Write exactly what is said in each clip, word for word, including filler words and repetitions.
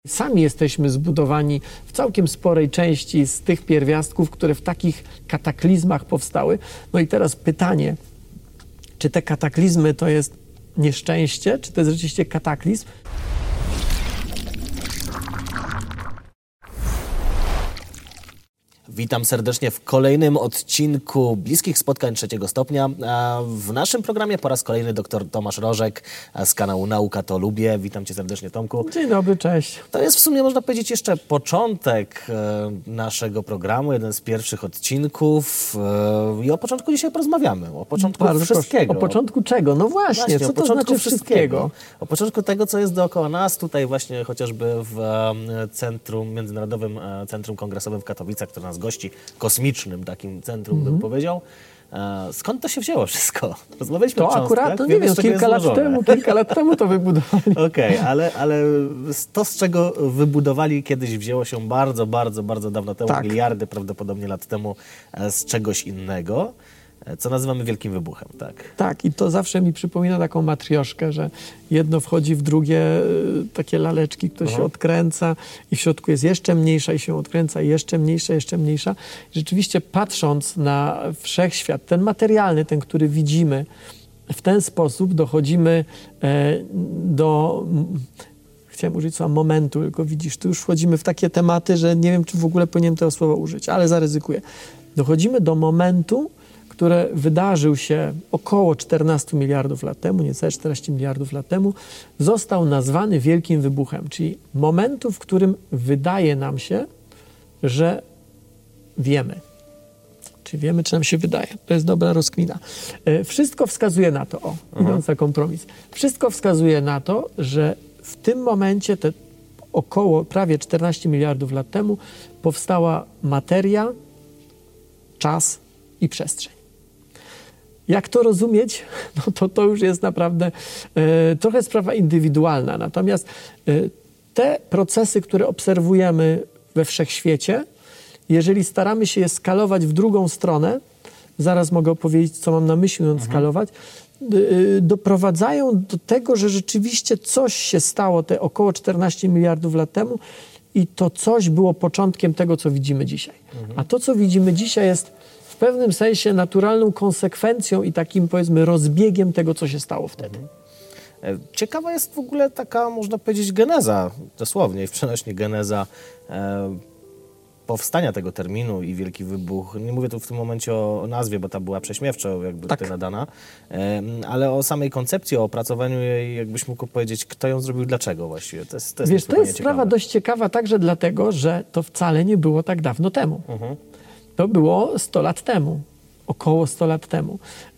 Sami jesteśmy zbudowani w całkiem sporej części z tych pierwiastków, które w takich kataklizmach powstały. No i teraz pytanie, czy te kataklizmy to jest nieszczęście, czy to jest rzeczywiście kataklizm? Witam serdecznie w kolejnym odcinku Bliskich Spotkań Trzeciego Stopnia. W naszym programie po raz kolejny dr Tomasz Rożek z kanału Nauka to Lubię. Witam Cię serdecznie, Tomku. Dzień dobry, cześć. To jest w sumie, można powiedzieć, jeszcze początek naszego programu, jeden z pierwszych odcinków. I o początku dzisiaj porozmawiamy. O początku Bardzo wszystkiego. Proszę. O początku czego? No właśnie, właśnie co to znaczy wszystkiego? O początku tego, co jest dookoła nas, tutaj właśnie chociażby w centrum, Międzynarodowym Centrum Kongresowym w Katowicach, które nas gości, kosmicznym takim centrum, mm-hmm. bym powiedział. E, skąd to się wzięło wszystko? Rozmawialiśmy to o cząstkach. akurat, no nie wiem, kilka lat temu, kilka lat temu to wybudowali. Okej, okay, ale, ale to, z czego wybudowali, kiedyś wzięło się bardzo, bardzo, bardzo dawno temu, tak. miliardy prawdopodobnie lat temu, z czegoś innego, co nazywamy Wielkim Wybuchem, tak? Tak, i to zawsze mi przypomina taką matrioszkę, że jedno wchodzi w drugie, takie laleczki, które Aha. się odkręca i w środku jest jeszcze mniejsza i się odkręca, i jeszcze mniejsza, jeszcze mniejsza. I rzeczywiście patrząc na wszechświat, ten materialny, ten, który widzimy, w ten sposób dochodzimy do... Chciałem użyć słowa momentu, tylko widzisz, tu już wchodzimy w takie tematy, że nie wiem, czy w ogóle powinienem tego słowa użyć, ale zaryzykuję. Dochodzimy do momentu, który wydarzył się około czternastu miliardów lat temu, niecałe czternaście miliardów lat temu, został nazwany Wielkim Wybuchem, czyli momentu, w którym wydaje nam się, że wiemy. Czy wiemy, czy nam się wydaje? To jest dobra rozkmina. Wszystko wskazuje na to, o, Aha. idąc na kompromis, wszystko wskazuje na to, że w tym momencie, te około prawie czternaście miliardów lat temu, powstała materia, czas i przestrzeń. Jak to rozumieć? No to to już jest naprawdę e, trochę sprawa indywidualna. Natomiast e, te procesy, które obserwujemy we wszechświecie, jeżeli staramy się je skalować w drugą stronę, zaraz mogę opowiedzieć, co mam na myśli, mówiąc mhm. skalować, e, doprowadzają do tego, że rzeczywiście coś się stało te około czternaście miliardów lat temu i to coś było początkiem tego, co widzimy dzisiaj. Mhm. A to, co widzimy dzisiaj, jest w pewnym sensie naturalną konsekwencją i takim, powiedzmy, rozbiegiem tego, co się stało wtedy. Ciekawa jest w ogóle taka, można powiedzieć, geneza, dosłownie, w przenośni geneza e, powstania tego terminu i Wielki Wybuch. Nie mówię tu w tym momencie o, o nazwie, bo ta była prześmiewczo jakby tak. tutaj nadana, e, ale o samej koncepcji, o opracowaniu jej, jakbyś mógł powiedzieć, kto ją zrobił, dlaczego właściwie. To jest, to jest Wiesz, to jest ciekawe. sprawa dość ciekawa także dlatego, że to wcale nie było tak dawno temu. Mhm. To było sto lat temu, około sto lat temu.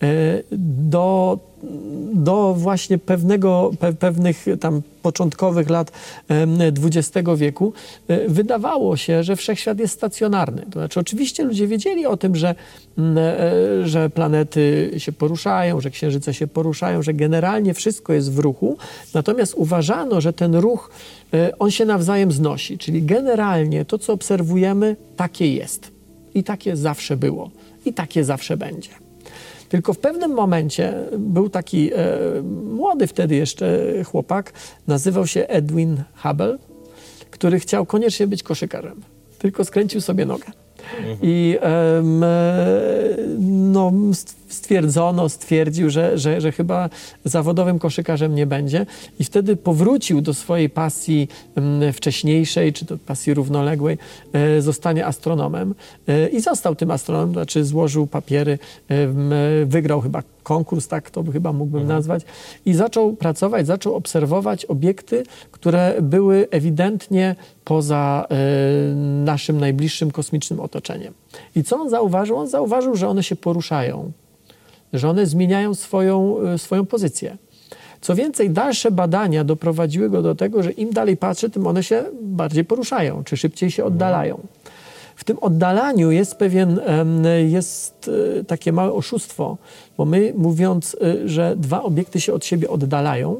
Do, do właśnie pewnego, pe, pewnych tam początkowych lat dwudziestego wieku wydawało się, że wszechświat jest stacjonarny. To znaczy oczywiście ludzie wiedzieli o tym, że, że planety się poruszają, że księżyce się poruszają, że generalnie wszystko jest w ruchu, natomiast uważano, że ten ruch, on się nawzajem znosi, czyli generalnie to, co obserwujemy, takie jest. I takie zawsze było. I takie zawsze będzie. Tylko w pewnym momencie był taki e, młody wtedy jeszcze chłopak, nazywał się Edwin Hubble, który chciał koniecznie być koszykarzem. Tylko skręcił sobie nogę. Mhm. I e, no, stwierdzono, stwierdził, że, że, że chyba zawodowym koszykarzem nie będzie. I wtedy powrócił do swojej pasji m, wcześniejszej, czy to pasji równoległej, e, zostanie astronomem. E, I został tym astronomem, to znaczy złożył papiery, e, wygrał chyba konkurs, tak to chyba mógłbym mhm. nazwać. I zaczął pracować, zaczął obserwować obiekty, które były ewidentnie poza e, naszym najbliższym kosmicznym otoczeniem. I co on zauważył? On zauważył, że one się poruszają, że one zmieniają swoją, swoją pozycję. Co więcej, dalsze badania doprowadziły go do tego, że im dalej patrzy, tym one się bardziej poruszają, czy szybciej się oddalają. W tym oddalaniu jest pewien, jest takie małe oszustwo, bo my, mówiąc, że dwa obiekty się od siebie oddalają,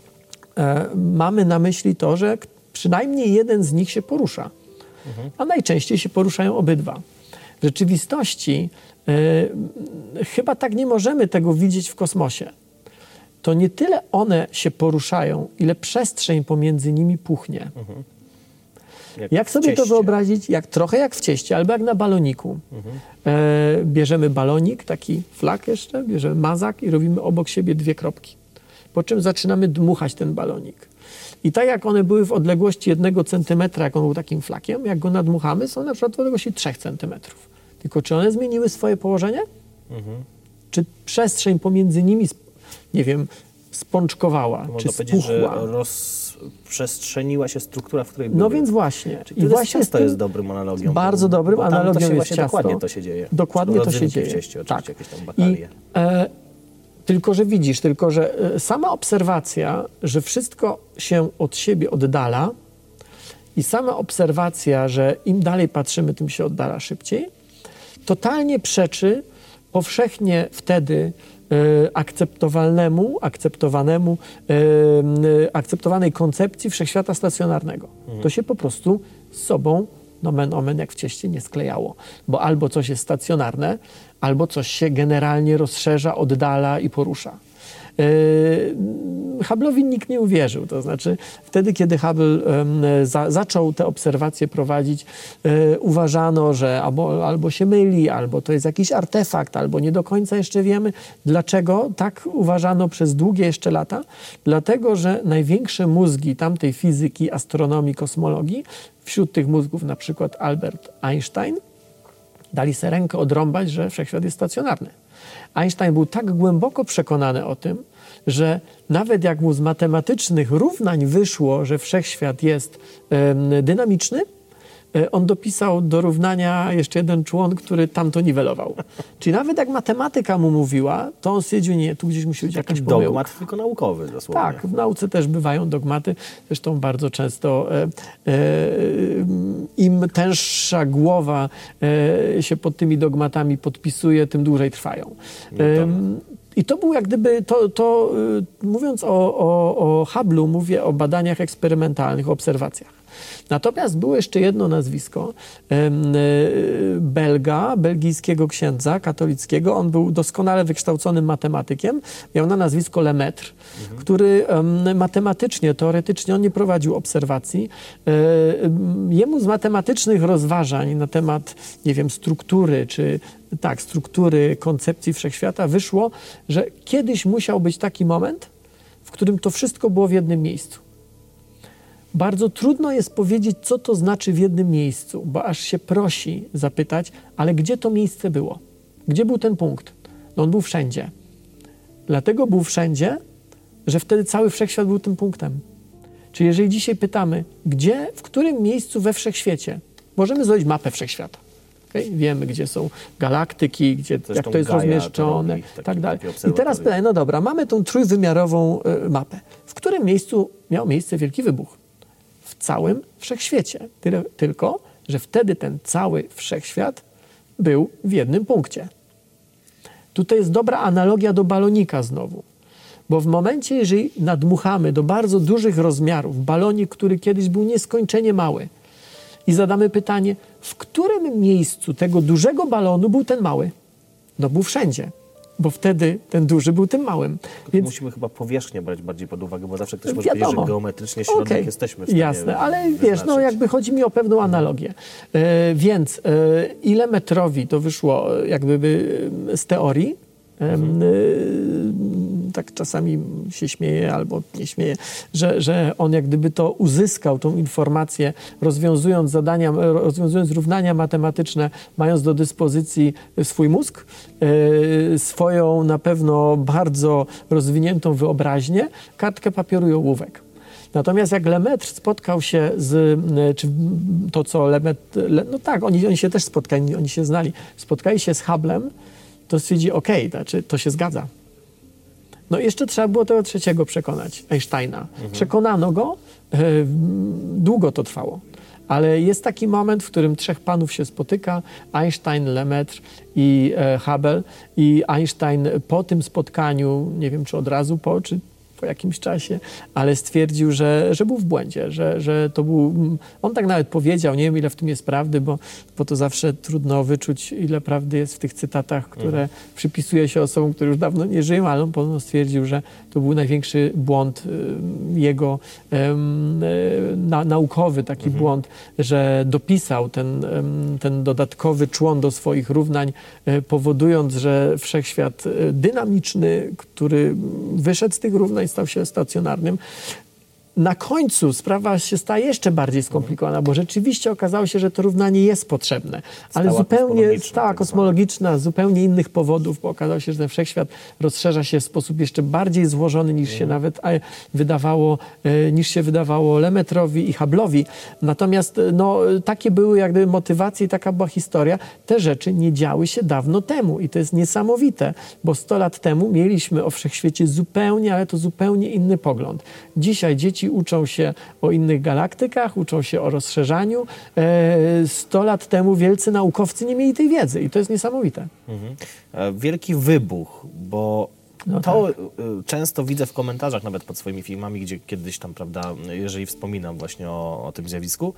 mamy na myśli to, że przynajmniej jeden z nich się porusza, mhm. a najczęściej się poruszają obydwa. W rzeczywistości yy, chyba tak nie możemy tego widzieć w kosmosie. To nie tyle one się poruszają, ile przestrzeń pomiędzy nimi puchnie. Mhm. Jak, Jak w sobie to cieście. wyobrazić? Jak, trochę jak w cieście, albo jak na baloniku. Mhm. E, bierzemy balonik, taki flak jeszcze, bierzemy mazak i robimy obok siebie dwie kropki. Po czym zaczynamy dmuchać ten balonik. I tak jak one były w odległości jednego centymetra, jak on był takim flakiem, jak go nadmuchamy, są na przykład w odległości trzech centymetrów. Tylko czy one zmieniły swoje położenie? Mhm. Czy przestrzeń pomiędzy nimi, nie wiem, spączkowała, Można czy powiedzieć, że spuchła? rozprzestrzeniła się struktura, w której No były. więc właśnie. Czyli I to właśnie ciasto z tym- jest dobrym analogią. Bardzo bo, dobrym bo tam analogią to się jest właśnie ciasto. Dokładnie to się dzieje. Dokładnie to się Rodzynki dzieje. w cieście, oczywiście, Tak. jakieś tam I, bakalie. e, tylko, że widzisz, tylko, że e, sama obserwacja, że wszystko się od siebie oddala i sama obserwacja, że im dalej patrzymy, tym się oddala szybciej, totalnie przeczy powszechnie wtedy e, akceptowalnemu, akceptowanemu, e, e, akceptowanej koncepcji wszechświata stacjonarnego. Mhm. To się po prostu z sobą, nomen omen, jak w cieście, nie sklejało. Bo albo coś jest stacjonarne, albo coś się generalnie rozszerza, oddala i porusza. Yy, Hubble'owi nikt nie uwierzył. To znaczy wtedy, kiedy Hubble um, za, zaczął te obserwacje prowadzić, yy, uważano, że albo, albo się myli, albo to jest jakiś artefakt, albo nie do końca jeszcze wiemy. Dlaczego tak uważano przez długie jeszcze lata? Dlatego, że największe mózgi tamtej fizyki, astronomii, kosmologii, wśród tych mózgów na przykład Albert Einstein, dali sobie rękę odrąbać, że wszechświat jest stacjonarny. Einstein był tak głęboko przekonany o tym, że nawet jak mu z matematycznych równań wyszło, że wszechświat jest e, dynamiczny, e, on dopisał do równania jeszcze jeden człon, który tamto niwelował. Czyli nawet jak matematyka mu mówiła, to on stwierdził, nie, tu gdzieś musi być jakaś pomyłka. Dogmat tylko naukowy dosłownie. Tak, w nauce też bywają dogmaty. Zresztą bardzo często e, e, im tęższa głowa e, się pod tymi dogmatami podpisuje, tym dłużej trwają. E, I to był jak gdyby, to, to e, mówiąc o, o, o Hubble'u, mówię o badaniach eksperymentalnych, o obserwacjach. Natomiast było jeszcze jedno nazwisko e, Belga, belgijskiego księdza katolickiego. On był doskonale wykształconym matematykiem. Miał na nazwisko Lemaitre, mhm. który e, matematycznie, teoretycznie on nie prowadził obserwacji. E, jemu z matematycznych rozważań na temat, nie wiem, struktury, czy tak, struktury koncepcji wszechświata wyszło, że kiedyś musiał być taki moment, w którym to wszystko było w jednym miejscu. Bardzo trudno jest powiedzieć, co to znaczy w jednym miejscu, bo aż się prosi zapytać, ale gdzie to miejsce było? Gdzie był ten punkt? No on był wszędzie. Dlatego był wszędzie, że wtedy cały wszechświat był tym punktem. Czyli jeżeli dzisiaj pytamy, gdzie, w którym miejscu we wszechświecie, możemy zrobić mapę wszechświata. Okay? Wiemy, gdzie są galaktyki, gdzie, jak to jest Gaia rozmieszczone, robi, taki, tak dalej. taki I teraz pytanie, no dobra, mamy tą trójwymiarową y, mapę. W którym miejscu miał miejsce Wielki Wybuch? W całym wszechświecie. Tyle, tylko, że wtedy ten cały wszechświat był w jednym punkcie. Tutaj jest dobra analogia do balonika znowu. Bo w momencie, jeżeli nadmuchamy do bardzo dużych rozmiarów balonik, który kiedyś był nieskończenie mały, i zadamy pytanie, w którym miejscu tego dużego balonu był ten mały? No był wszędzie, bo wtedy ten duży był tym małym. Więc musimy chyba powierzchnię brać bardziej pod uwagę, bo zawsze ktoś może wiadomo. powiedzieć, że geometrycznie środek okay. jesteśmy w stanie Jasne, ale wyznaczyć. wiesz, no jakby chodzi mi o pewną analogię. E, więc e, ile metrowi to wyszło jakby z teorii, Mhm. tak czasami się śmieje albo nie śmieje, że, że on jak gdyby to uzyskał, tą informację, rozwiązując zadania, rozwiązując równania matematyczne, mając do dyspozycji swój mózg, swoją na pewno bardzo rozwiniętą wyobraźnię, kartkę papieru i ołówek. Natomiast jak Lemaitre spotkał się z, czy to co Lemaitre, no tak, oni, oni się też spotkali, oni się znali, spotkali się z Hubble'em, to stwierdzi, okej, okay, znaczy to się zgadza. No jeszcze trzeba było tego trzeciego przekonać, Einsteina. Mhm. Przekonano go, e, długo to trwało, ale jest taki moment, w którym trzech panów się spotyka, Einstein, Lemaitre i e, Hubble, i Einstein po tym spotkaniu, nie wiem czy od razu po, czy po jakimś czasie, ale stwierdził, że, że był w błędzie, że, że to był... On tak nawet powiedział, nie wiem ile w tym jest prawdy, bo, bo to zawsze trudno wyczuć, ile prawdy jest w tych cytatach, które mhm. przypisuje się osobom, które już dawno nie żyją, ale on podobno stwierdził, że to był największy błąd jego um, na, naukowy, taki mhm. błąd, że dopisał ten, ten dodatkowy człon do swoich równań, powodując, że wszechświat dynamiczny, który wyszedł z tych równań, stał się stacjonarnym. Na końcu sprawa się staje jeszcze bardziej skomplikowana, bo rzeczywiście okazało się, że to równanie jest potrzebne, ale Stała zupełnie stała kosmologiczna, z zupełnie innych powodów, bo okazało się, że ten wszechświat rozszerza się w sposób jeszcze bardziej złożony niż się nawet wydawało, niż się wydawało Lemaitre'owi i Hubble'owi. Natomiast no, takie były jak gdyby motywacje i taka była historia. Te rzeczy nie działy się dawno temu i to jest niesamowite, bo sto lat temu mieliśmy o wszechświecie zupełnie, ale to zupełnie inny pogląd. Dzisiaj dzieci uczą się o innych galaktykach, uczą się o rozszerzaniu. Sto lat temu wielcy naukowcy nie mieli tej wiedzy i to jest niesamowite. Mhm. Wielki wybuch, bo no to tak. często widzę w komentarzach nawet pod swoimi filmami, gdzie kiedyś tam, prawda, jeżeli wspominam właśnie o, o tym zjawisku,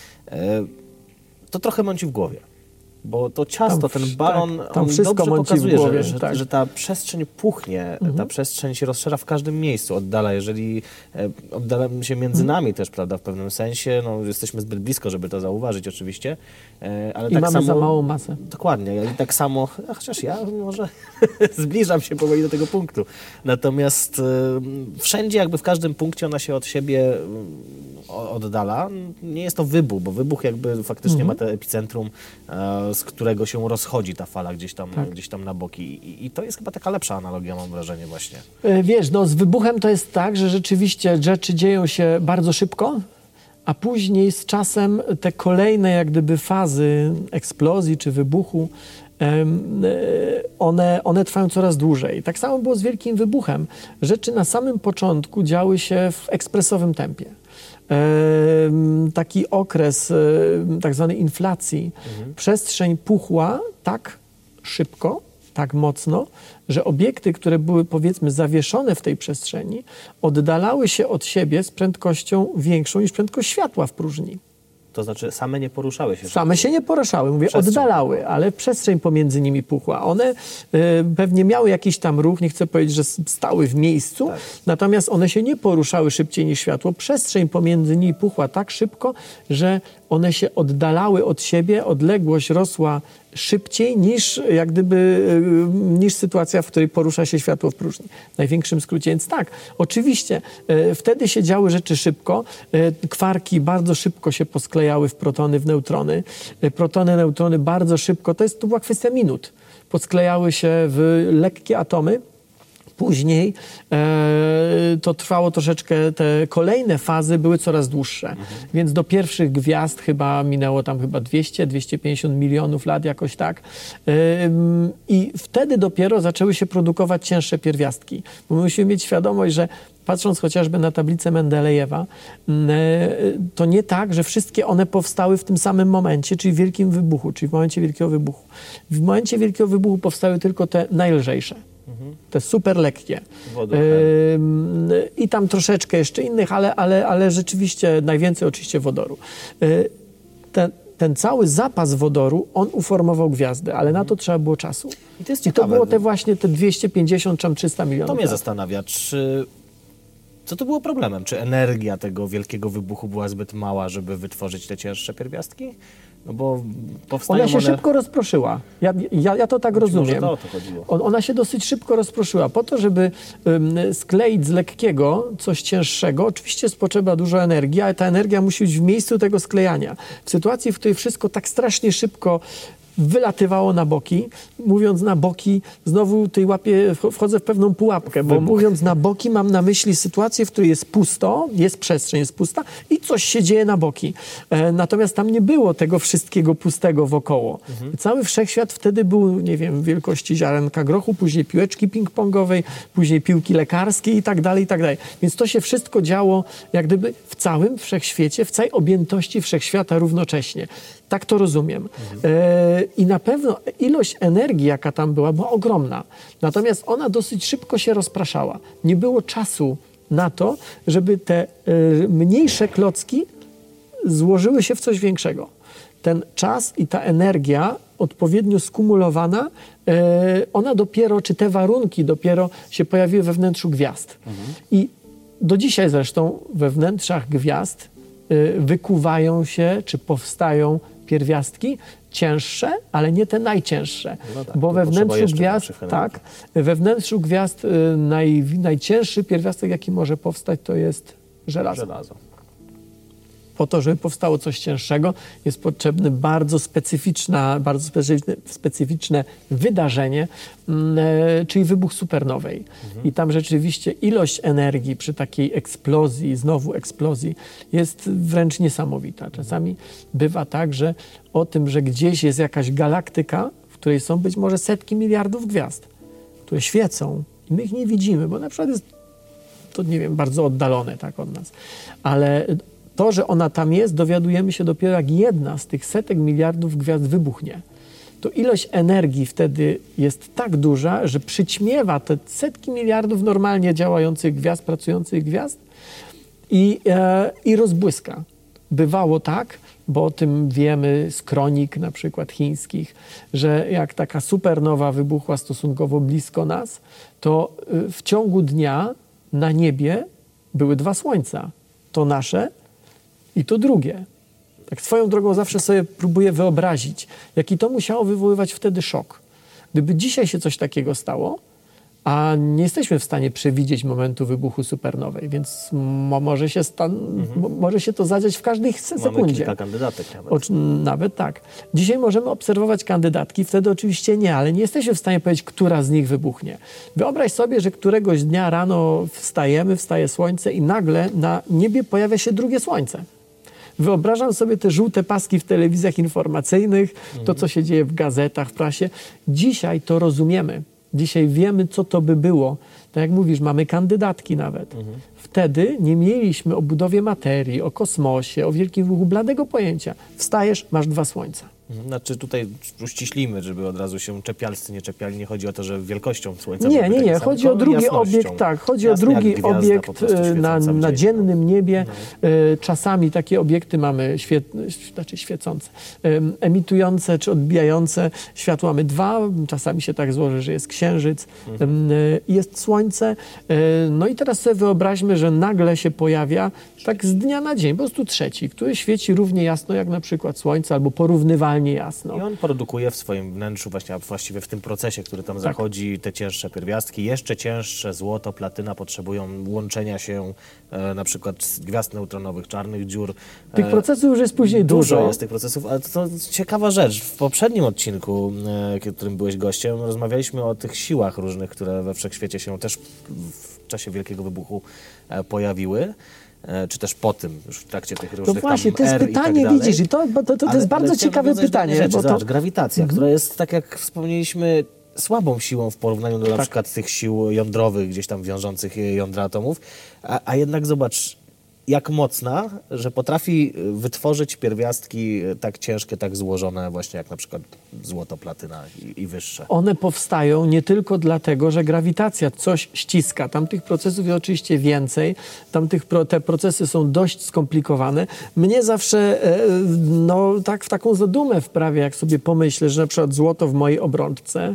to trochę mąci w głowie. Bo to ciasto, tam, ten balon, tak, tam on dobrze pokazuje, głowie, że, tak. że, że ta przestrzeń puchnie, mhm. ta przestrzeń się rozszerza w każdym miejscu, oddala. Jeżeli e, oddalamy się między mhm. nami też, prawda, w pewnym sensie, no jesteśmy zbyt blisko, żeby to zauważyć oczywiście, e, ale I tak mamy samo, za małą masę. Dokładnie, i tak samo, a chociaż ja może zbliżam się powoli do tego punktu. Natomiast e, wszędzie, jakby w każdym punkcie ona się od siebie oddala. Nie jest to wybuch, bo wybuch jakby faktycznie mhm. ma to epicentrum, e, z którego się rozchodzi ta fala gdzieś tam, tak. gdzieś tam na boki. I, I to jest chyba taka lepsza analogia, mam wrażenie właśnie. Wiesz, no z wybuchem to jest tak, że rzeczywiście rzeczy dzieją się bardzo szybko, a później z czasem te kolejne jak gdyby fazy eksplozji czy wybuchu, one, one trwają coraz dłużej. Tak samo było z wielkim wybuchem. Rzeczy na samym początku działy się w ekspresowym tempie. Taki okres tak zwanej inflacji. Mhm. Przestrzeń puchła tak szybko, tak mocno, że obiekty, które były powiedzmy zawieszone w tej przestrzeni, oddalały się od siebie z prędkością większą niż prędkość światła w próżni. To znaczy same nie poruszały się? Same się nie poruszały, mówię, przestrzeń. Oddalały, ale przestrzeń pomiędzy nimi puchła. One y, pewnie miały jakiś tam ruch, nie chcę powiedzieć, że stały w miejscu, tak. Natomiast one się nie poruszały szybciej niż światło. Przestrzeń pomiędzy nimi puchła tak szybko, że one się oddalały od siebie, odległość rosła szybciej niż jak gdyby, niż sytuacja, w której porusza się światło w próżni. W największym skrócie. Więc tak, oczywiście, e, wtedy się działy rzeczy szybko. E, kwarki bardzo szybko się posklejały w protony, w neutrony. E, protony, neutrony bardzo szybko, to, jest, to była kwestia minut. Posklejały się w lekkie atomy. Później e, to trwało troszeczkę, te kolejne fazy były coraz dłuższe, mhm. więc do pierwszych gwiazd chyba minęło tam chyba dwieście do dwustu pięćdziesięciu milionów lat, jakoś tak. E, I wtedy dopiero zaczęły się produkować cięższe pierwiastki. Bo my musimy mieć świadomość, że patrząc chociażby na tablicę Mendelejewa, to nie tak, że wszystkie one powstały w tym samym momencie, czyli w wielkim wybuchu, czyli w momencie wielkiego wybuchu. W momencie wielkiego wybuchu powstały tylko te najlżejsze. Mhm. Te super lekkie. Yy, I tam troszeczkę jeszcze innych, ale, ale, ale rzeczywiście najwięcej oczywiście wodoru. Yy, ten, ten cały zapas wodoru, on uformował gwiazdy, ale mhm. na to trzeba było czasu. I to jest ciekawe. I to było te właśnie te dwieście pięćdziesiąt czy trzysta milionów. To mnie lat. zastanawia, czy... Co to było problemem? Czy energia tego wielkiego wybuchu była zbyt mała, żeby wytworzyć te cięższe pierwiastki? No bo powstają Ona się one... szybko rozproszyła. Ja, ja, ja to tak Być rozumiem. To o to chodziło. On, ona się dosyć szybko rozproszyła. Po to, żeby um, skleić z lekkiego coś cięższego, oczywiście jest potrzeba dużo energii, ale ta energia musi być w miejscu tego sklejania. W sytuacji, w której wszystko tak strasznie szybko wylatywało na boki. Mówiąc na boki, znowu tej łapie, wchodzę w pewną pułapkę, bo Wybuch. mówiąc na boki mam na myśli sytuację, w której jest pusto, jest przestrzeń, jest pusta i coś się dzieje na boki. E, natomiast tam nie było tego wszystkiego pustego wokoło. Mhm. Cały wszechświat wtedy był, nie wiem, wielkości ziarenka grochu, później piłeczki ping-pongowej, później piłki lekarskie i tak dalej, i tak dalej. Więc to się wszystko działo jak gdyby w całym wszechświecie, w całej objętości wszechświata równocześnie. Tak to rozumiem. Mhm. E, I na pewno ilość energii, jaka tam była, była ogromna. Natomiast ona dosyć szybko się rozpraszała. Nie było czasu na to, żeby te y, mniejsze klocki złożyły się w coś większego. Ten czas i ta energia odpowiednio skumulowana, y, ona dopiero, czy te warunki dopiero się pojawiły we wnętrzu gwiazd. Mhm. I do dzisiaj zresztą we wnętrzach gwiazd y, wykuwają się, czy powstają pierwiastki cięższe, ale nie te najcięższe. No tak, bo we wnętrzu gwiazd, tak, we wnętrzu gwiazd y, naj, najcięższy pierwiastek, jaki może powstać, to jest żelazo. żelazo. Po to, żeby powstało coś cięższego, jest potrzebne bardzo specyficzna, bardzo specyficzne, specyficzne wydarzenie, y, czyli wybuch supernowej. Mhm. I tam rzeczywiście ilość energii przy takiej eksplozji, znowu eksplozji, jest wręcz niesamowita. Czasami bywa tak, że o tym, że gdzieś jest jakaś galaktyka, w której są być może setki miliardów gwiazd, które świecą i my ich nie widzimy, bo na przykład jest to, nie wiem, bardzo oddalone tak od nas. Ale to, że ona tam jest, dowiadujemy się dopiero, jak jedna z tych setek miliardów gwiazd wybuchnie. To ilość energii wtedy jest tak duża, że przyćmiewa te setki miliardów normalnie działających gwiazd, pracujących gwiazd i, e, i rozbłyska. Bywało tak, bo o tym wiemy z kronik na przykład chińskich, że jak taka supernowa wybuchła stosunkowo blisko nas, to w ciągu dnia na niebie były dwa słońca. To nasze i to drugie. Tak swoją drogą zawsze sobie próbuję wyobrazić, jaki to musiało wywoływać wtedy szok. Gdyby dzisiaj się coś takiego stało, a nie jesteśmy w stanie przewidzieć momentu wybuchu supernowej, więc mo może, się stan mhm. może się to zadziać w każdej sekundzie. Mamy kilka kandydatek nawet. O, nawet tak. Dzisiaj możemy obserwować kandydatki, wtedy oczywiście nie, ale nie jesteśmy w stanie powiedzieć, która z nich wybuchnie. Wyobraź sobie, że któregoś dnia rano wstajemy, wstaje słońce i nagle na niebie pojawia się drugie słońce. Wyobrażam sobie te żółte paski w telewizjach informacyjnych, mhm. to, co się dzieje w gazetach, w prasie. Dzisiaj to rozumiemy. Dzisiaj wiemy, co to by było. Tak jak mówisz, mamy kandydatki nawet. Mhm. Wtedy nie mieliśmy o budowie materii, o kosmosie, o wielkim wybuchu bladego pojęcia. Wstajesz, masz dwa słońca. Znaczy tutaj uściślimy, żeby od razu się czepialscy nie czepiali. Nie chodzi o to, że wielkością słońca... Nie, nie, nie. Chodzi o drugi obiekt, tak. Chodzi Jasne, o drugi obiekt na, na dziennym niebie. No. Czasami takie obiekty mamy świet, znaczy świecące, emitujące czy odbijające światło. Mamy dwa. Czasami się tak złoży, że jest księżyc, mhm. jest słońce. No i teraz sobie wyobraźmy, że nagle się pojawia tak z dnia na dzień, po prostu trzeci, który świeci równie jasno jak na przykład słońce albo porównywalnie jasno. I on produkuje w swoim wnętrzu, właśnie, a właściwie w tym procesie, który tam tak. zachodzi, te cięższe pierwiastki. Jeszcze cięższe złoto, platyna potrzebują łączenia się e, na przykład z gwiazd neutronowych, czarnych dziur. Tych procesów już jest później dużo. Dużo jest tych procesów, ale to, to ciekawa rzecz. W poprzednim odcinku, e, w którym byłeś gościem, rozmawialiśmy o tych siłach różnych, które we wszechświecie się też w czasie Wielkiego Wybuchu e, pojawiły. Czy też po tym, już w trakcie tych różnych To właśnie, tam to jest er pytanie, tak widzisz, i to, bo to, to, to jest ale, bardzo ale ciekawe pytanie. Rzeczy, bo to... Zobacz, grawitacja, mhm. która jest, tak jak wspomnieliśmy, słabą siłą w porównaniu do tak. na przykład tych sił jądrowych, gdzieś tam wiążących jądra atomów, a, a jednak zobacz, jak mocna, że potrafi wytworzyć pierwiastki tak ciężkie, tak złożone, właśnie jak na przykład złoto, platyna i, i wyższe. One powstają nie tylko dlatego, że grawitacja coś ściska. Tam tych procesów jest oczywiście więcej. Tam tych pro, te procesy są dość skomplikowane. Mnie zawsze e, no, tak w taką zadumę wprawia, jak sobie pomyślę, że na przykład złoto w mojej obrączce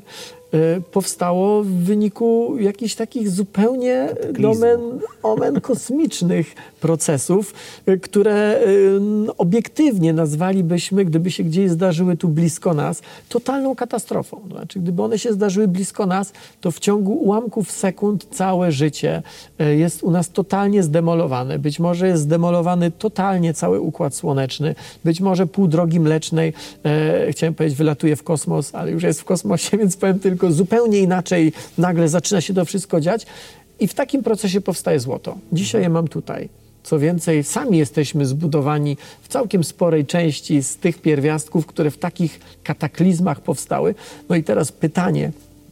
powstało w wyniku jakichś takich zupełnie domen, omen kosmicznych procesów, które obiektywnie nazwalibyśmy, gdyby się gdzieś zdarzyły tu blisko nas, totalną katastrofą. Znaczy, gdyby one się zdarzyły blisko nas, to w ciągu ułamków sekund całe życie jest u nas totalnie zdemolowane. Być może jest zdemolowany totalnie cały Układ Słoneczny. Być może pół drogi mlecznej, e, chciałem powiedzieć, wylatuje w kosmos, ale już jest w kosmosie, więc powiem tylko tylko zupełnie inaczej nagle zaczyna się to wszystko dziać i w takim procesie powstaje złoto. Dzisiaj je mam tutaj. Co więcej, sami jesteśmy zbudowani w całkiem sporej części z tych pierwiastków, które w takich kataklizmach powstały. No i teraz pytanie,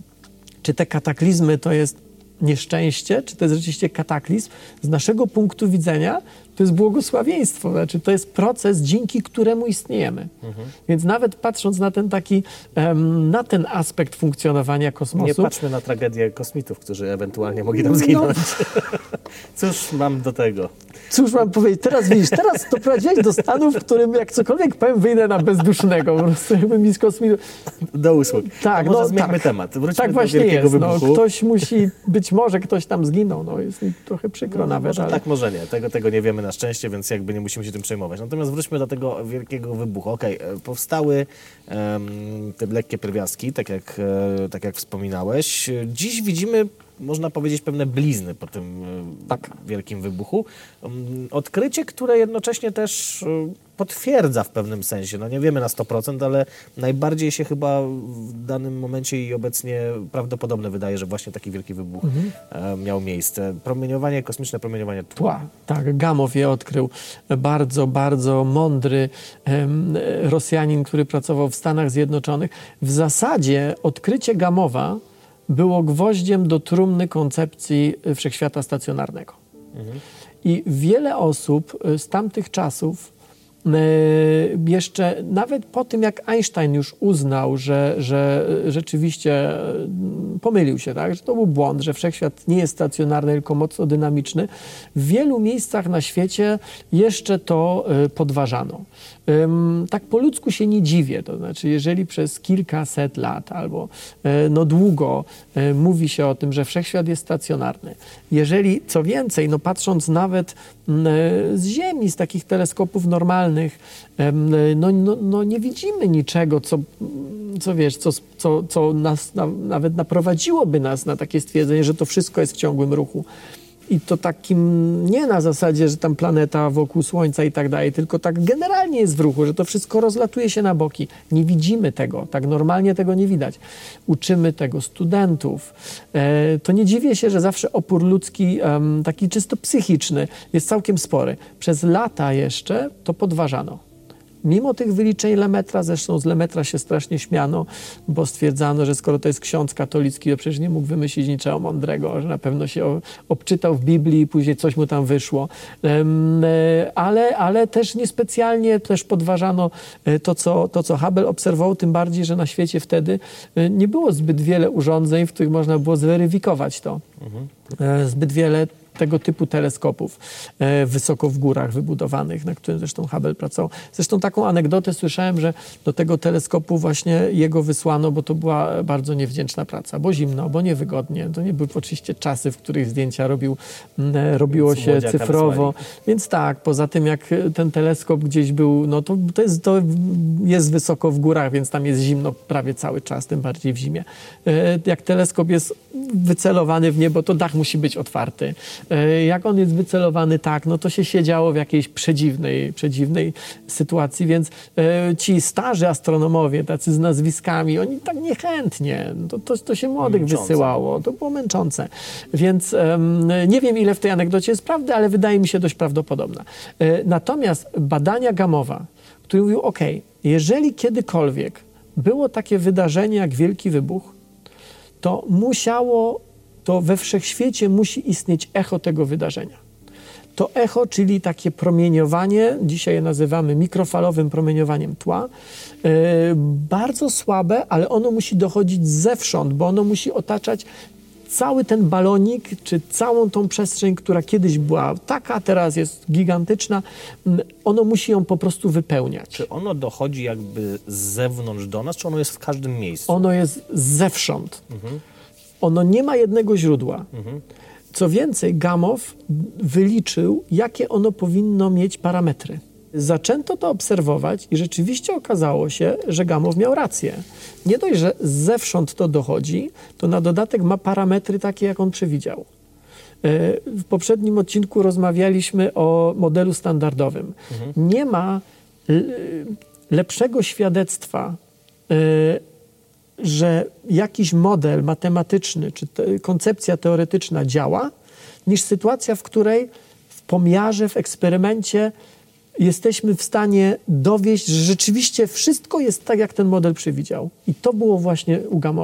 czy te kataklizmy to jest nieszczęście, czy to jest rzeczywiście kataklizm? Z naszego punktu widzenia to jest błogosławieństwo, znaczy to jest proces, dzięki któremu istniejemy. Mhm. Więc nawet patrząc na ten taki, um, na ten aspekt funkcjonowania kosmosu... Nie patrzmy na tragedię kosmitów, którzy ewentualnie mogli tam zginąć. No, Cóż mam do tego? Cóż mam powiedzieć, teraz widzisz, teraz doprowadziłeś do stanu, w którym jak cokolwiek powiem, wyjdę na bezdusznego, po prostu jakby mi z kosmitu... Do usług. Tak, to może no zmieńmy tak. temat. Wróćmy Tak do właśnie wielkiego jest, no, wybuchu. ktoś musi, być może ktoś tam zginął, no jest mi trochę przykro No, nawet, może ale... tak, może nie. Tego, tego nie wiemy na szczęście, więc jakby nie musimy się tym przejmować. Natomiast wróćmy do tego wielkiego wybuchu. Okej, okay, powstały um, te lekkie pierwiastki, tak jak, e, tak jak wspominałeś. Dziś widzimy, można powiedzieć, pewne blizny po tym tak. wielkim wybuchu. Odkrycie, które jednocześnie też potwierdza w pewnym sensie, no nie wiemy na sto procent, ale najbardziej się chyba w danym momencie i obecnie prawdopodobne wydaje, że właśnie taki wielki wybuch mhm. miał miejsce. Promieniowanie, kosmiczne promieniowanie tła. tła. Tak, Gamow je odkrył. Bardzo, bardzo mądry em, Rosjanin, który pracował w Stanach Zjednoczonych. W zasadzie odkrycie Gamowa było gwoździem do trumny koncepcji wszechświata stacjonarnego. Mhm. I wiele osób z tamtych czasów jeszcze nawet po tym, jak Einstein już uznał, że, że rzeczywiście pomylił się, tak? Że to był błąd, że wszechświat nie jest stacjonarny, tylko mocno dynamiczny, w wielu miejscach na świecie jeszcze to podważano. Tak po ludzku się nie dziwię, to znaczy jeżeli przez kilkaset lat albo no długo mówi się o tym, że wszechświat jest stacjonarny, jeżeli co więcej, no patrząc nawet z Ziemi, z takich teleskopów normalnych, no, no, no nie widzimy niczego, co, co wiesz, co, co, co nas na, nawet naprowadziłoby nas na takie stwierdzenie, że to wszystko jest w ciągłym ruchu. I to takim nie na zasadzie, że tam planeta wokół Słońca i tak dalej, tylko tak generalnie jest w ruchu, że to wszystko rozlatuje się na boki. Nie widzimy tego, tak normalnie tego nie widać. Uczymy tego studentów. E, to nie dziwię się, że zawsze opór ludzki, um, taki czysto psychiczny, jest całkiem spory. Przez lata jeszcze to podważano. Mimo tych wyliczeń Lemetra, zresztą z Lemetra się strasznie śmiano, bo stwierdzano, że skoro to jest ksiądz katolicki, to przecież nie mógł wymyślić niczego mądrego, że na pewno się obczytał w Biblii i później coś mu tam wyszło. Ale, ale też niespecjalnie też podważano to co, to, co Hubble obserwował, tym bardziej, że na świecie wtedy nie było zbyt wiele urządzeń, w których można było zweryfikować to. Mhm. Zbyt wiele tego typu teleskopów e, wysoko w górach wybudowanych, na którym zresztą Hubble pracował. Zresztą taką anegdotę słyszałem, że do tego teleskopu właśnie jego wysłano, bo to była bardzo niewdzięczna praca, bo zimno, bo niewygodnie. To nie były oczywiście czasy, w których zdjęcia robił, m, robiło się cyfrowo. Więc tak, poza tym jak ten teleskop gdzieś był, no to, to, jest, to jest wysoko w górach, więc tam jest zimno prawie cały czas, tym bardziej w zimie. E, jak teleskop jest wycelowany w niebo, to dach musi być otwarty. Jak on jest wycelowany tak, no to się siedziało w jakiejś przedziwnej, przedziwnej sytuacji, więc e, ci starzy astronomowie, tacy z nazwiskami, oni tak niechętnie, to, to, to się młodych męczące. wysyłało, to było męczące. Więc e, nie wiem, ile w tej anegdocie jest prawdy, ale wydaje mi się dość prawdopodobna. E, natomiast badania Gamowa, który mówił, ok, jeżeli kiedykolwiek było takie wydarzenie jak Wielki Wybuch, to musiało to we wszechświecie musi istnieć echo tego wydarzenia. To echo, czyli takie promieniowanie, dzisiaj je nazywamy mikrofalowym promieniowaniem tła, yy, bardzo słabe, ale ono musi dochodzić zewsząd, bo ono musi otaczać cały ten balonik, czy całą tą przestrzeń, która kiedyś była taka, teraz jest gigantyczna, ono musi ją po prostu wypełniać. Czy ono dochodzi jakby z zewnątrz do nas, czy ono jest w każdym miejscu? Ono jest zewsząd. Mhm. Ono nie ma jednego źródła. Mhm. Co więcej, Gamow wyliczył, jakie ono powinno mieć parametry. Zaczęto to obserwować i rzeczywiście okazało się, że Gamow miał rację. Nie dość, że zewsząd to dochodzi, to na dodatek ma parametry takie, jak on przewidział. W poprzednim odcinku rozmawialiśmy o modelu standardowym. Mhm. Nie ma lepszego świadectwa, że jakiś model matematyczny czy te, koncepcja teoretyczna działa, niż sytuacja, w której w pomiarze, w eksperymencie jesteśmy w stanie dowieść, że rzeczywiście wszystko jest tak, jak ten model przewidział. I to było właśnie u Gamowa.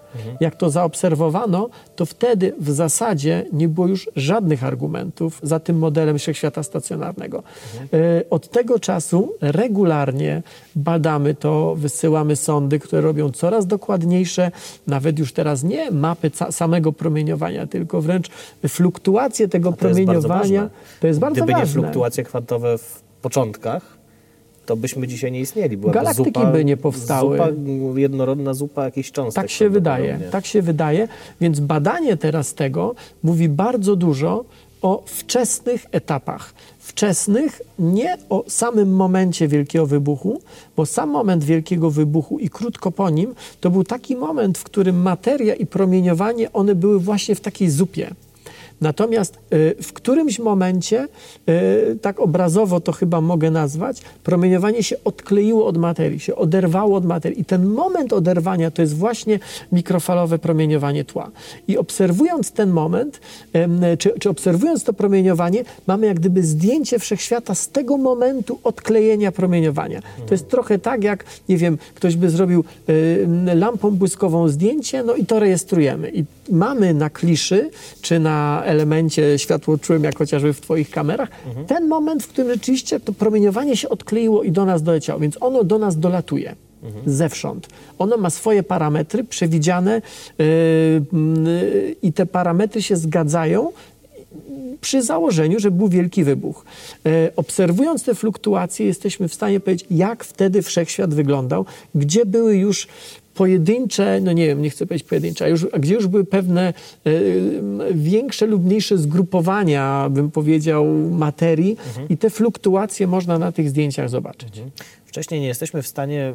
Mhm. Jak to zaobserwowano, to wtedy w zasadzie nie było już żadnych argumentów za tym modelem wszechświata stacjonarnego. Mhm. Od tego czasu regularnie badamy to, wysyłamy sondy, które robią coraz dokładniejsze, nawet już teraz nie mapy samego promieniowania, tylko wręcz fluktuacje tego to promieniowania. Jest to jest bardzo Gdyby ważne. nie fluktuacje kwantowe w początkach, to byśmy dzisiaj nie istnieli. Byłaby Galaktyki zupa, by nie powstały. Zupa, jednorodna zupa jakichś cząstek. Tak się wydaje, tak się wydaje. Więc badanie teraz tego mówi bardzo dużo o wczesnych etapach. Wczesnych, nie o samym momencie Wielkiego Wybuchu, bo sam moment Wielkiego Wybuchu i krótko po nim to był taki moment, w którym materia i promieniowanie, one były właśnie w takiej zupie. Natomiast y, w którymś momencie, y, tak obrazowo to chyba mogę nazwać, promieniowanie się odkleiło od materii, się oderwało od materii. I ten moment oderwania to jest właśnie mikrofalowe promieniowanie tła. I obserwując ten moment, y, czy, czy obserwując to promieniowanie, mamy jak gdyby zdjęcie wszechświata z tego momentu odklejenia promieniowania. To jest trochę tak, jak, nie wiem, ktoś by zrobił y, lampą błyskową zdjęcie, no i to rejestrujemy. I mamy na kliszy, czy na elemencie światłoczułym, jak chociażby w twoich kamerach, mhm. ten moment, w którym rzeczywiście to promieniowanie się odkleiło i do nas doleciało, więc ono do nas dolatuje mhm. zewsząd. Ono ma swoje parametry przewidziane yy, yy, i te parametry się zgadzają przy założeniu, że był wielki wybuch. E, obserwując te fluktuacje, jesteśmy w stanie powiedzieć, jak wtedy wszechświat wyglądał, gdzie były już pojedyncze, no nie wiem, nie chcę powiedzieć pojedyncze, a, już, a gdzie już były pewne e, większe lub mniejsze zgrupowania, bym powiedział, materii mhm. i te fluktuacje można na tych zdjęciach zobaczyć. Mhm. Wcześniej nie jesteśmy w stanie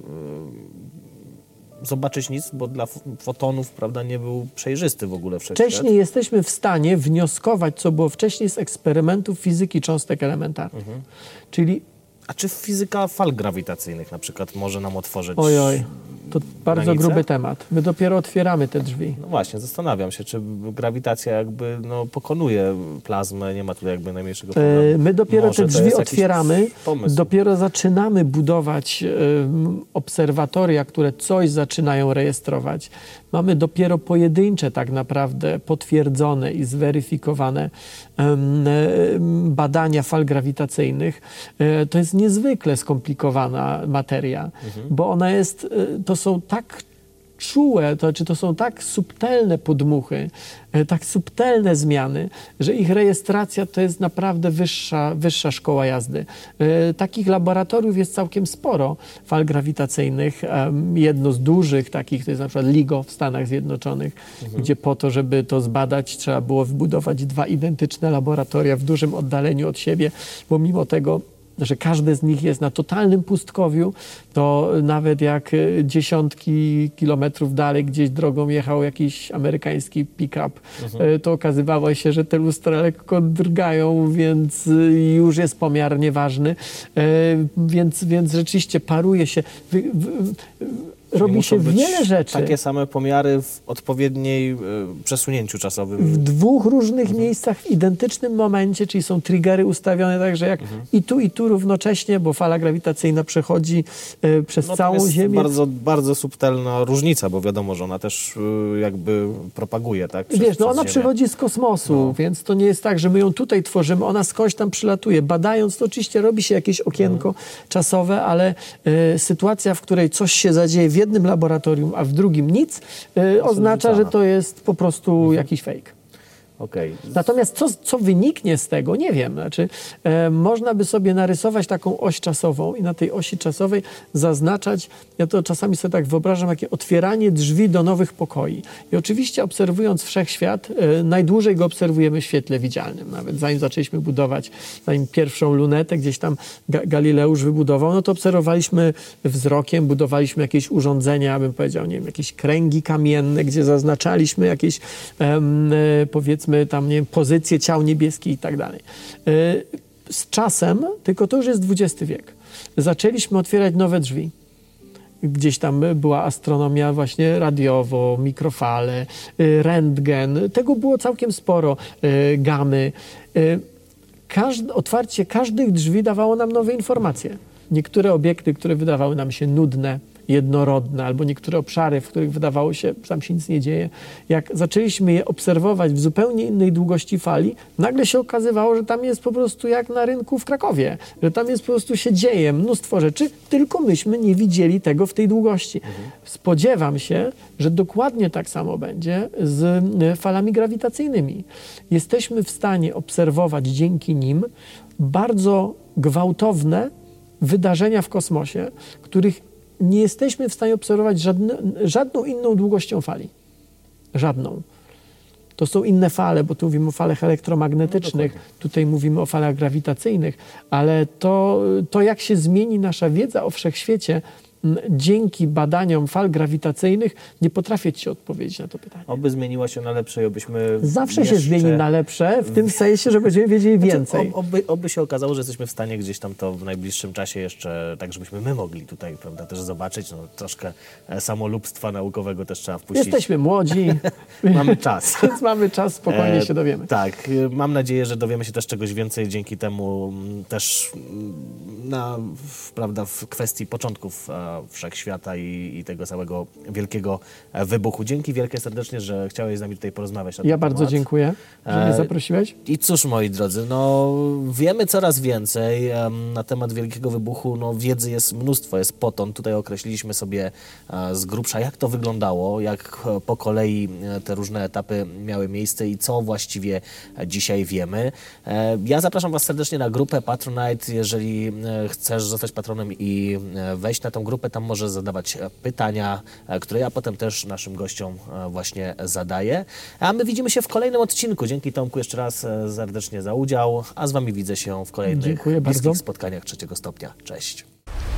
y, zobaczyć nic, bo dla fotonów, prawda, nie był przejrzysty w ogóle wszechświat. Wcześniej jesteśmy w stanie wnioskować, co było wcześniej z eksperymentów fizyki cząstek elementarnych. Mhm. Czyli A czy fizyka fal grawitacyjnych na przykład może nam otworzyć Ojoj, to bardzo granice? gruby temat. My dopiero otwieramy te drzwi. No właśnie, zastanawiam się, czy grawitacja jakby no, pokonuje plazmę, nie ma tu jakby najmniejszego problemu. E, My dopiero Może te drzwi otwieramy, pomysł. dopiero zaczynamy budować e, obserwatoria, które coś zaczynają rejestrować. Mamy dopiero pojedyncze tak naprawdę potwierdzone i zweryfikowane em, em, badania fal grawitacyjnych. E, to jest niezwykle skomplikowana materia, mhm. bo ona jest, e, to są tak czułe, to, czy to są tak subtelne podmuchy, e, tak subtelne zmiany, że ich rejestracja to jest naprawdę wyższa, wyższa szkoła jazdy. E, takich laboratoriów jest całkiem sporo fal grawitacyjnych. E, jedno z dużych takich to jest na przykład LIGO w Stanach Zjednoczonych, mhm. gdzie po to, żeby to zbadać, trzeba było wybudować dwa identyczne laboratoria w dużym oddaleniu od siebie, bo mimo tego, że każde z nich jest na totalnym pustkowiu, to nawet jak dziesiątki kilometrów dalej gdzieś drogą jechał jakiś amerykański pick-up, mhm. to okazywało się, że te lustra lekko drgają, więc już jest pomiar nieważny. Więc, więc rzeczywiście paruje się. Wy, wy, robi się wiele rzeczy. Takie same pomiary w odpowiedniej y, przesunięciu czasowym. W dwóch różnych mhm. miejscach w identycznym momencie, czyli są triggery ustawione tak, że jak mhm. i tu, i tu równocześnie, bo fala grawitacyjna przechodzi y, przez no, całą jest Ziemię. Bardzo, bardzo subtelna różnica, bo wiadomo, że ona też y, jakby propaguje, tak? Przez, Wiesz, no ona Ziemię. przychodzi z kosmosu, no. więc to nie jest tak, że my ją tutaj tworzymy, ona skądś tam przylatuje. Badając to oczywiście robi się jakieś okienko mhm. czasowe, ale y, sytuacja, w której coś się zadzieje w jednym laboratorium, a w drugim nic, yy, oznacza, że to jest po prostu mhm. jakiś fake. Okay. Natomiast co, co wyniknie z tego, nie wiem. Znaczy, e, można by sobie narysować taką oś czasową i na tej osi czasowej zaznaczać, ja to czasami sobie tak wyobrażam, jakie otwieranie drzwi do nowych pokoi. I oczywiście obserwując wszechświat, e, najdłużej go obserwujemy w świetle widzialnym. Nawet zanim zaczęliśmy budować, zanim pierwszą lunetę gdzieś tam Ga- Galileusz wybudował, no to obserwowaliśmy wzrokiem, budowaliśmy jakieś urządzenia, bym powiedział, nie wiem, jakieś kręgi kamienne, gdzie zaznaczaliśmy jakieś, em, e, powiedzmy, tam, nie wiem, pozycje ciał niebieskich i tak dalej. Z czasem, tylko to już jest dwudziesty wiek, zaczęliśmy otwierać nowe drzwi. Gdzieś tam była astronomia właśnie radiowo, mikrofale, rentgen. Tego było całkiem sporo. Gamy. Każde, otwarcie każdych drzwi dawało nam nowe informacje. Niektóre obiekty, które wydawały nam się nudne, jednorodne, albo niektóre obszary, w których wydawało się, że tam się nic nie dzieje, jak zaczęliśmy je obserwować w zupełnie innej długości fali, nagle się okazywało, że tam jest po prostu jak na rynku w Krakowie, że tam jest po prostu się dzieje mnóstwo rzeczy, tylko myśmy nie widzieli tego w tej długości. Mhm. Spodziewam się, że dokładnie tak samo będzie z falami grawitacyjnymi. Jesteśmy w stanie obserwować dzięki nim bardzo gwałtowne wydarzenia w kosmosie, których nie jesteśmy w stanie obserwować żadne, żadną inną długością fali. Żadną. To są inne fale, bo tu mówimy o falach elektromagnetycznych, no tutaj mówimy o falach grawitacyjnych, ale to, to jak się zmieni nasza wiedza o wszechświecie dzięki badaniom fal grawitacyjnych, nie potrafię ci odpowiedzieć na to pytanie. Oby zmieniła się na lepsze i obyśmy Zawsze jeszcze... się zmieni na lepsze, w tym sensie, że będziemy wiedzieli więcej. Znaczy, oby, oby się okazało, że jesteśmy w stanie gdzieś tam to w najbliższym czasie jeszcze, tak żebyśmy my mogli tutaj, prawda, też zobaczyć. No, troszkę samolubstwa naukowego też trzeba wpuścić. Jesteśmy młodzi. Mamy czas. Więc mamy czas, spokojnie się dowiemy. E, tak, mam nadzieję, że dowiemy się też czegoś więcej dzięki temu też na, prawda, w kwestii początków wszechświata i, i tego całego wielkiego wybuchu. Dzięki wielkie serdecznie, że chciałeś z nami tutaj porozmawiać na ten Ja bardzo temat. dziękuję, że mnie zaprosiłeś. I cóż, moi drodzy, no wiemy coraz więcej um, na temat wielkiego wybuchu. No, wiedzy jest mnóstwo, jest potąd. Tutaj określiliśmy sobie uh, z grubsza, jak to wyglądało, jak uh, po kolei uh, te różne etapy miały miejsce i co właściwie uh, dzisiaj wiemy. Uh, ja zapraszam Was serdecznie na grupę Patronite. Jeżeli uh, chcesz zostać patronem i uh, wejść na tę grupę, tam możesz zadawać pytania, które ja potem też naszym gościom właśnie zadaję. A my widzimy się w kolejnym odcinku. Dzięki Tomku jeszcze raz serdecznie za udział, a z Wami widzę się w kolejnych bliskich spotkaniach trzeciego stopnia. Cześć.